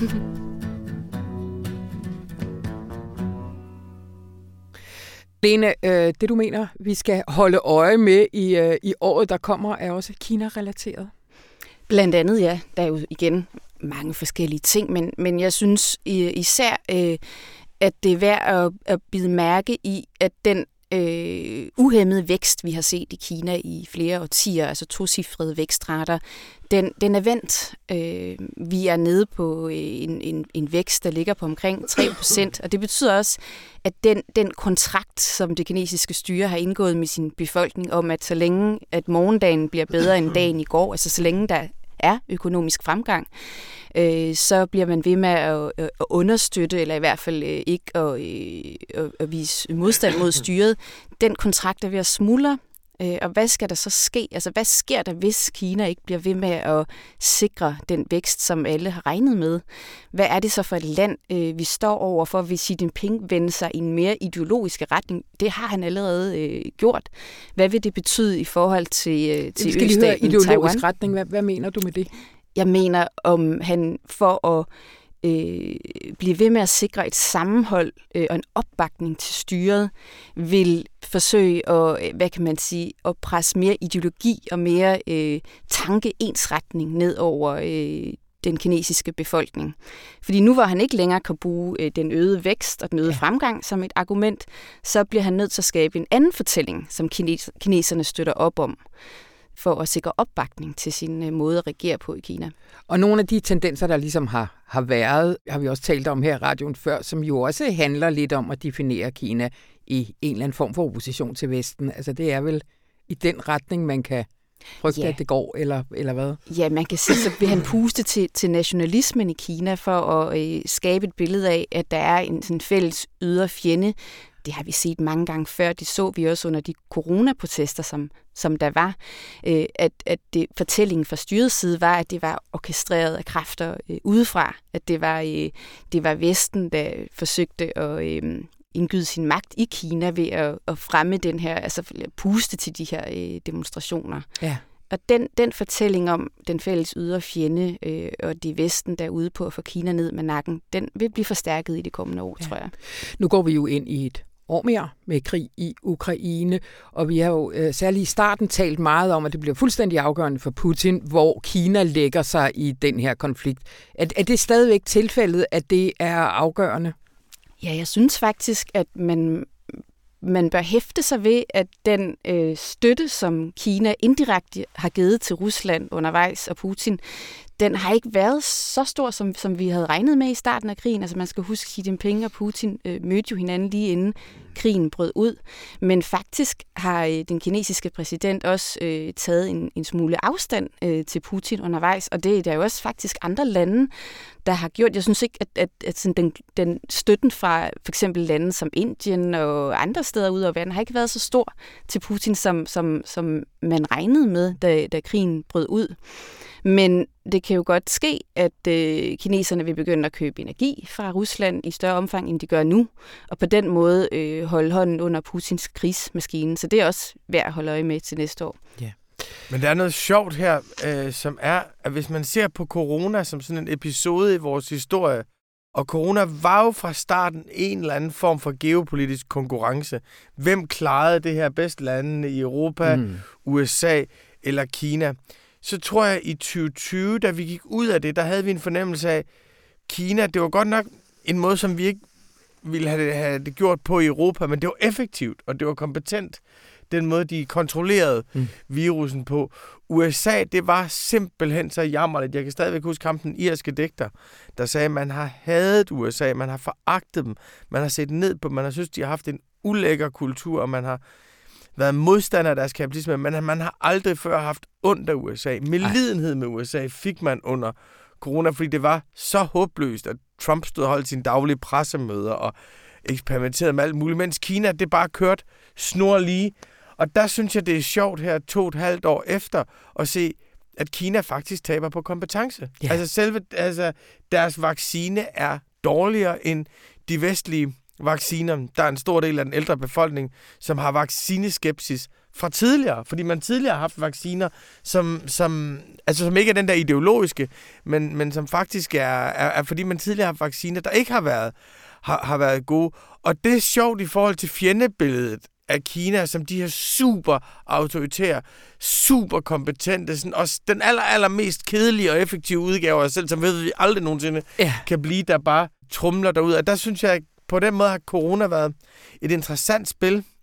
S5: Lene, øh, det du mener, vi skal holde øje med i, øh, i året, der kommer, er også Kina-relateret?
S4: Blandt andet, ja. Der er jo igen mange forskellige ting, men, men jeg synes især, øh, at det er værd at, at bide mærke i, at den øh, uhæmmede vækst, vi har set i Kina i flere årtier, altså tocifrede vækstrater, den, den er vendt. Øh, vi er nede på en, en, en vækst, der ligger på omkring tre procent, og det betyder også, at den, den kontrakt, som det kinesiske styre har indgået med sin befolkning om, at så længe at morgendagen bliver bedre end dagen i går, altså så længe der er økonomisk fremgang, øh, så bliver man ved med at, at understøtte, eller i hvert fald øh, ikke at, øh, at vise modstand mod styret. Den kontrakt er ved at smuldre, øh, og hvad skal der så ske? Altså, hvad sker der, hvis Kina ikke bliver ved med at sikre den vækst, som alle har regnet med? Hvad er det så for et land, øh, vi står over for, hvis Xi Jinping vender sig i en mere ideologisk retning? Det har han allerede øh, gjort. Hvad vil det betyde i forhold til, øh, til
S5: østaten Taiwan? Ideologisk retning, hvad, hvad mener du med det?
S4: Jeg mener, om han for at øh, blive ved med at sikre et sammenhold øh, og en opbakning til styret, vil forsøge at, hvad kan man sige, at presse mere ideologi og mere øh, tankeensretning ned over øh, den kinesiske befolkning. Fordi nu, hvor han ikke længere kan bruge øh, den øgede vækst og den øgede ja. fremgang som et argument, så bliver han nødt til at skabe en anden fortælling, som kines- kineserne støtter op om, for at sikre opbakning til sin øh, måde at regere på i Kina.
S5: Og nogle af de tendenser, der ligesom har, har været, har vi også talt om her i radioen før, som jo også handler lidt om at definere Kina i en eller anden form for opposition til Vesten. Altså det er vel i den retning, man kan frygte, ja. at det går, eller, eller hvad?
S4: Ja, man kan sige, så vil han puste til, til nationalismen i Kina for at øh, skabe et billede af, at der er en sådan fælles ydre fjende. Det har vi set mange gange før. Det så vi også under de coronaprotester, som, som der var. Øh, at at det, fortællingen fra styrets side var, at det var orkestreret af kræfter øh, udefra. At det var, øh, det var Vesten, der forsøgte at øh, indgyde sin magt i Kina ved at, at fremme den her, altså puste til de her øh, demonstrationer.
S5: Ja.
S4: Og den, den fortælling om den fælles ydre fjende øh, og de Vesten, der er ude på at få Kina ned med nakken, den vil blive forstærket i de kommende år, ja. tror jeg.
S5: Nu går vi jo ind i et år mere med krig i Ukraine, og vi har jo øh, særligt i starten talt meget om, at det bliver fuldstændig afgørende for Putin, hvor Kina lægger sig i den her konflikt. Er, er det stadigvæk tilfældet, at det er afgørende?
S4: Ja, jeg synes faktisk, at man, man bør hæfte sig ved, at den øh, støtte, som Kina indirekte har givet til Rusland undervejs og Putin, den har ikke været så stor, som, som vi havde regnet med i starten af krigen. Altså man skal huske, at Xi Jinping og Putin øh, mødte jo hinanden lige inden krigen brød ud. Men faktisk har øh, den kinesiske præsident også øh, taget en, en smule afstand øh, til Putin undervejs, og det er der jo også faktisk andre lande, der har gjort. Jeg synes ikke, at, at, at sådan den, den støtten fra for eksempel lande som Indien og andre steder ud af verden har ikke været så stor til Putin, som, som, som man regnede med, da, da krigen brød ud. Men det kan jo godt ske, at øh, kineserne vil begynde at købe energi fra Rusland i større omfang, end de gør nu, og på den måde øh, holde hånden under Putins krigsmaskine. Så det er også værd at holde øje med til næste år.
S5: Ja.
S2: Men der er noget sjovt her, øh, som er, at hvis man ser på corona som sådan en episode i vores historie, og corona var jo fra starten en eller anden form for geopolitisk konkurrence. Hvem klarede det her bedst, landene i Europa, mm. U S A eller Kina? Så tror jeg, i tyve tyve, da vi gik ud af det, der havde vi en fornemmelse af, Kina, det var godt nok en måde, som vi ikke ville have det, have det gjort på i Europa, men det var effektivt, og det var kompetent, den måde, de kontrollerede mm. virusen på. U S A, det var simpelthen så jammerligt. Jeg kan stadigvæk huske ham, den irske digter, der sagde, at man har hadet U S A, man har foragtet dem, man har set ned på dem, man har synes, de har haft en ulækker kultur, og man har været modstander af deres kapitalisme, men man har aldrig før haft ondt af U S A. Medlidenhed med U S A fik man under corona, fordi det var så håbløst, at Trump stod og holdt sine daglige pressemøder og eksperimenterede med alt muligt, mens Kina, det bare kørt snor lige. Og der synes jeg, det er sjovt her to og et halvt år efter at se, at Kina faktisk taber på kompetence. Yeah. Altså selve altså, deres vaccine er dårligere end de vestlige vacciner. Der er en stor del af den ældre befolkning, som har vaccineskepsis fra tidligere, fordi man tidligere har haft vacciner, som, som, altså, som ikke er den der ideologiske, men, men som faktisk er, er, er, fordi man tidligere har haft vacciner, der ikke har været, har, har været gode. Og det er sjovt i forhold til fjendebilledet af Kina, som de her super autoritære, super kompetente, sådan også den aller, aller mest kedelige og effektive udgave af os selv, som ved vi aldrig nogensinde ja. kan blive, der bare trumler derud. Og der synes jeg, på den måde har corona været et interessant spil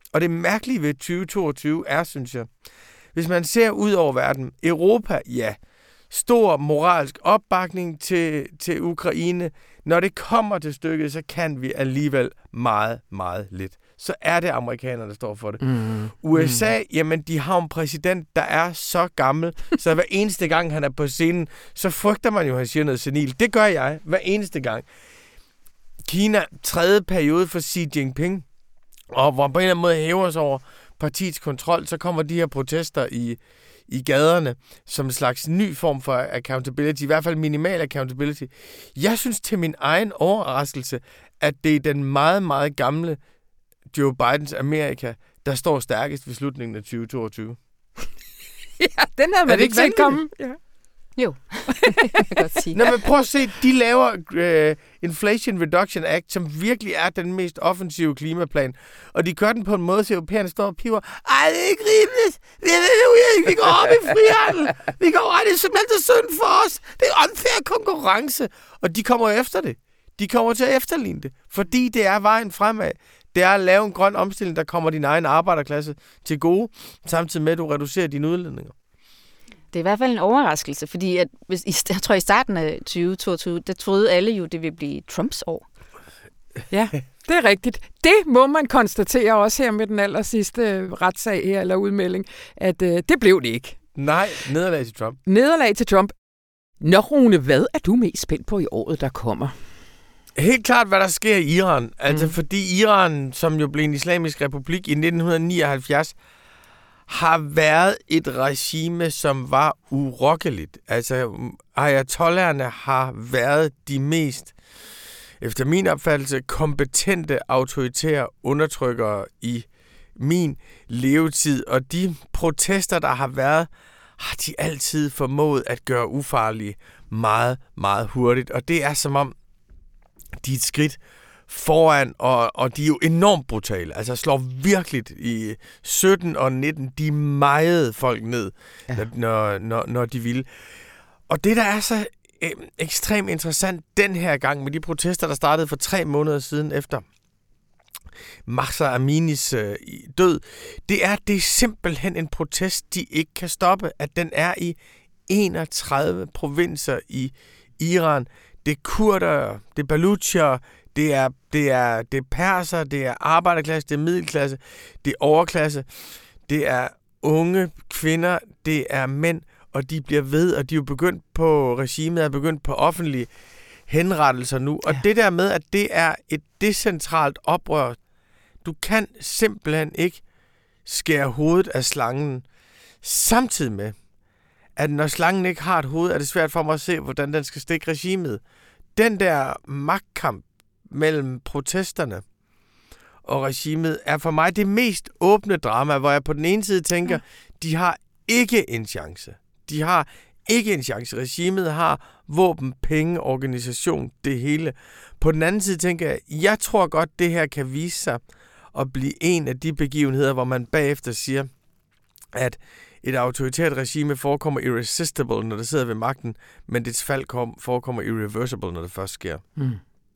S2: Og det mærkelige ved tyve toogtyve er, synes jeg, hvis man ser ud over verden, Europa, ja, stor moralsk opbakning til, til Ukraine. Når det kommer til stykket, så kan vi alligevel meget, meget lidt. Så er det amerikanerne, der står for det. Mm. U S A, mm. jamen, de har en præsident, der er så gammel, så hver eneste gang, han er på scenen, så frygter man jo, at han siger noget senil. Det gør jeg hver eneste gang. Kina, tredje periode for Xi Jinping, og hvor på en eller anden måde hæver sig over partiets kontrol, så kommer de her protester i, i gaderne som en slags ny form for accountability, i hvert fald minimal accountability. Jeg synes til min egen overraskelse, at det er den meget, meget gamle Joe Bidens Amerika, der står stærkest ved slutningen af tyve toogtyve.
S5: Ja, den havde man ikke set komme. Ja.
S4: Jo, jeg kan godt sige.
S2: Nå, men prøv at se, de laver uh, Inflation Reduction Act, som virkelig er den mest offensive klimaplan. Og de gør den på en måde, så europæerne står og piver. Ej, det er ikke rimeligt. Vi, vi, vi går op i frihandel. Vi går op, det er simpelthen så synd for os. Det er unfair konkurrence. Og de kommer efter det. De kommer til at efterligne det. Fordi det er vejen fremad. Det er at lave en grøn omstilling, der kommer din egen arbejderklasse til gode, samtidig med, at du reducerer dine udledninger.
S4: Det er i hvert fald en overraskelse, fordi at, hvis, jeg tror i starten af tyve toogtyve, der troede alle jo, det ville blive Trumps år.
S5: Ja, det er rigtigt. Det må man konstatere også her med den aller sidste retssag her, eller udmelding, at øh, det blev det ikke.
S2: Nej, nederlag til Trump.
S5: Nederlag til Trump. Nå, Rune, hvad er du mest spændt på i året, der kommer?
S2: Helt klart, hvad der sker i Iran. Altså, mm. fordi Iran, som jo blev en islamisk republik i nitten nioghalvfjerds, har været et regime, som var urokkeligt. Altså, ayatollaherne har været de mest, efter min opfattelse, kompetente, autoritære undertrykkere i min levetid. Og de protester, der har været, har de altid formået at gøre ufarlige meget, meget hurtigt. Og det er som om, de er et skridt foran, og, og de er jo enormt brutale. Altså slår virkelig i sytten og nitten, de mejede folk ned, ja. når, når, når de ville. Og det, der er så øh, ekstremt interessant den her gang med de protester, der startede for tre måneder siden efter Mahsa Aminis øh, død, det er, det er simpelthen en protest, de ikke kan stoppe. At den er i enogtredive provinser i Iran. Det er kurder, det er balucher, det er, det er, det er perser, det er arbejderklasse, det er middelklasse, det er overklasse, det er unge kvinder, det er mænd, og de bliver ved, og de er jo begyndt på, regimet er begyndt på offentlige henrettelser nu. Og ja. Det der med, at det er et decentralt oprør, du kan simpelthen ikke skære hovedet af slangen, samtidig med, at når slangen ikke har et hoved, er det svært for mig at se, hvordan den skal stikke regimet. Den der magtkamp mellem protesterne og regimet er for mig det mest åbne drama, hvor jeg på den ene side tænker, ja. de har ikke en chance. De har ikke en chance. Regimet har våben, penge, organisation, det hele. På den anden side tænker jeg, jeg tror godt, det her kan vise sig at blive en af de begivenheder, hvor man bagefter siger, at et autoritært regime forekommer irresistible, når det sidder ved magten, men dets fald kom, forekommer irreversible, når det først sker. Mm.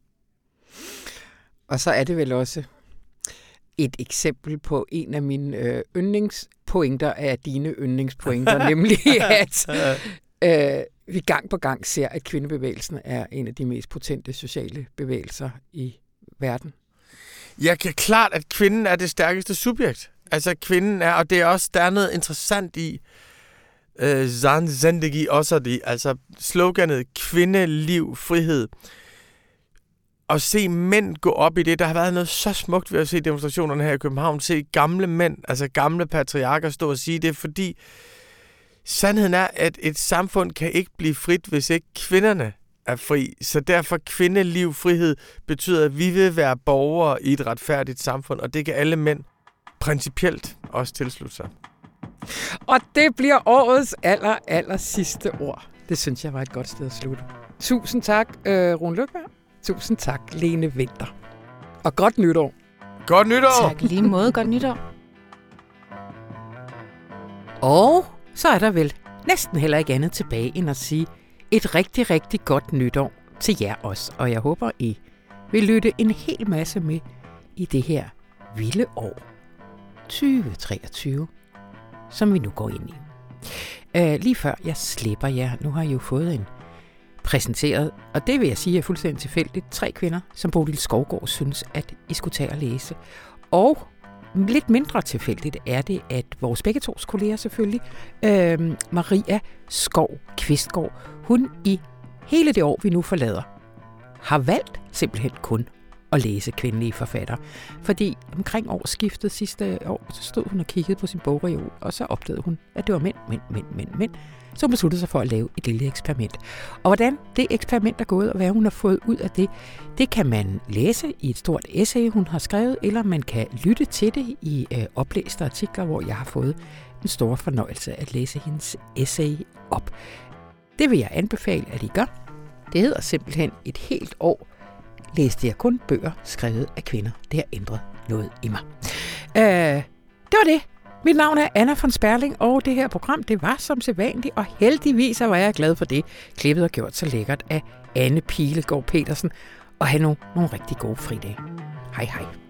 S5: Og så er det vel også et eksempel på en af mine øh, yndlingspointer af dine yndlingspointer, nemlig at øh, vi gang på gang ser, at kvindebevægelsen er en af de mest potente sociale bevægelser i verden.
S2: Jeg kan klart, at kvinden er det stærkeste subjekt. Altså kvinden er, og det er også, der er noget interessant i øh, Zan Zendegi også det, altså sloganet kvinde, liv, frihed. At se mænd gå op i det, der har været noget så smukt ved at se demonstrationerne her i København, se gamle mænd, altså gamle patriarker stå og sige det, fordi sandheden er, at et samfund kan ikke blive frit, hvis ikke kvinderne er fri. Så derfor kvinde, liv, frihed betyder, at vi vil være borgere i et retfærdigt samfund, og det kan alle mænd principielt også tilslutte sig.
S5: Og det bliver årets aller, aller sidste ord. Det synes jeg var et godt sted at slutte. Tusind tak, øh, Rune Lykkeberg. Tusind tak, Lene Winther. Og godt nytår.
S2: Godt nytår.
S4: Tak lige måde. Godt nytår.
S5: Og så er der vel næsten heller ikke andet tilbage end at sige et rigtig, rigtig godt nytår til jer også. Og jeg håber, I vil lytte en hel masse med i det her vilde år. tyve treogtyve, som vi nu går ind i. Uh, lige før jeg slipper jer, nu har I jo fået en præsenteret, og det vil jeg sige er fuldstændig tilfældigt, tre kvinder, som Bodil Skovgaard synes, at I skulle tage og læse. Og lidt mindre tilfældigt er det, at vores begge tos kolleger selvfølgelig, øh, Maria Skov Kvistgaard, hun i hele det år, vi nu forlader, har valgt simpelthen kun at læse kvindelige forfattere. Fordi omkring årsskiftet sidste år, så stod hun og kiggede på sin bogreol, og så opdagede hun, at det var mænd, mænd, mænd, mænd, mænd. Så hun besluttede sig for at lave et lille eksperiment. Og hvordan det eksperiment er gået, og hvad hun har fået ud af det, det kan man læse i et stort essay, hun har skrevet, eller man kan lytte til det i øh, oplæste artikler, hvor jeg har fået en stor fornøjelse at læse hendes essay op. Det vil jeg anbefale, at I gør. Det hedder simpelthen et helt år. Læste jeg kun bøger skrevet af kvinder. Det har ændret noget i mig. Øh, det var det. Mit navn er Anna von Sperling, og det her program, det var som sædvanligt, og heldigvis var jeg glad for det. Klippet og gjort så lækkert af Anne Pilegaard Petersen, og have nogle, nogle rigtig gode fridage. Hej hej.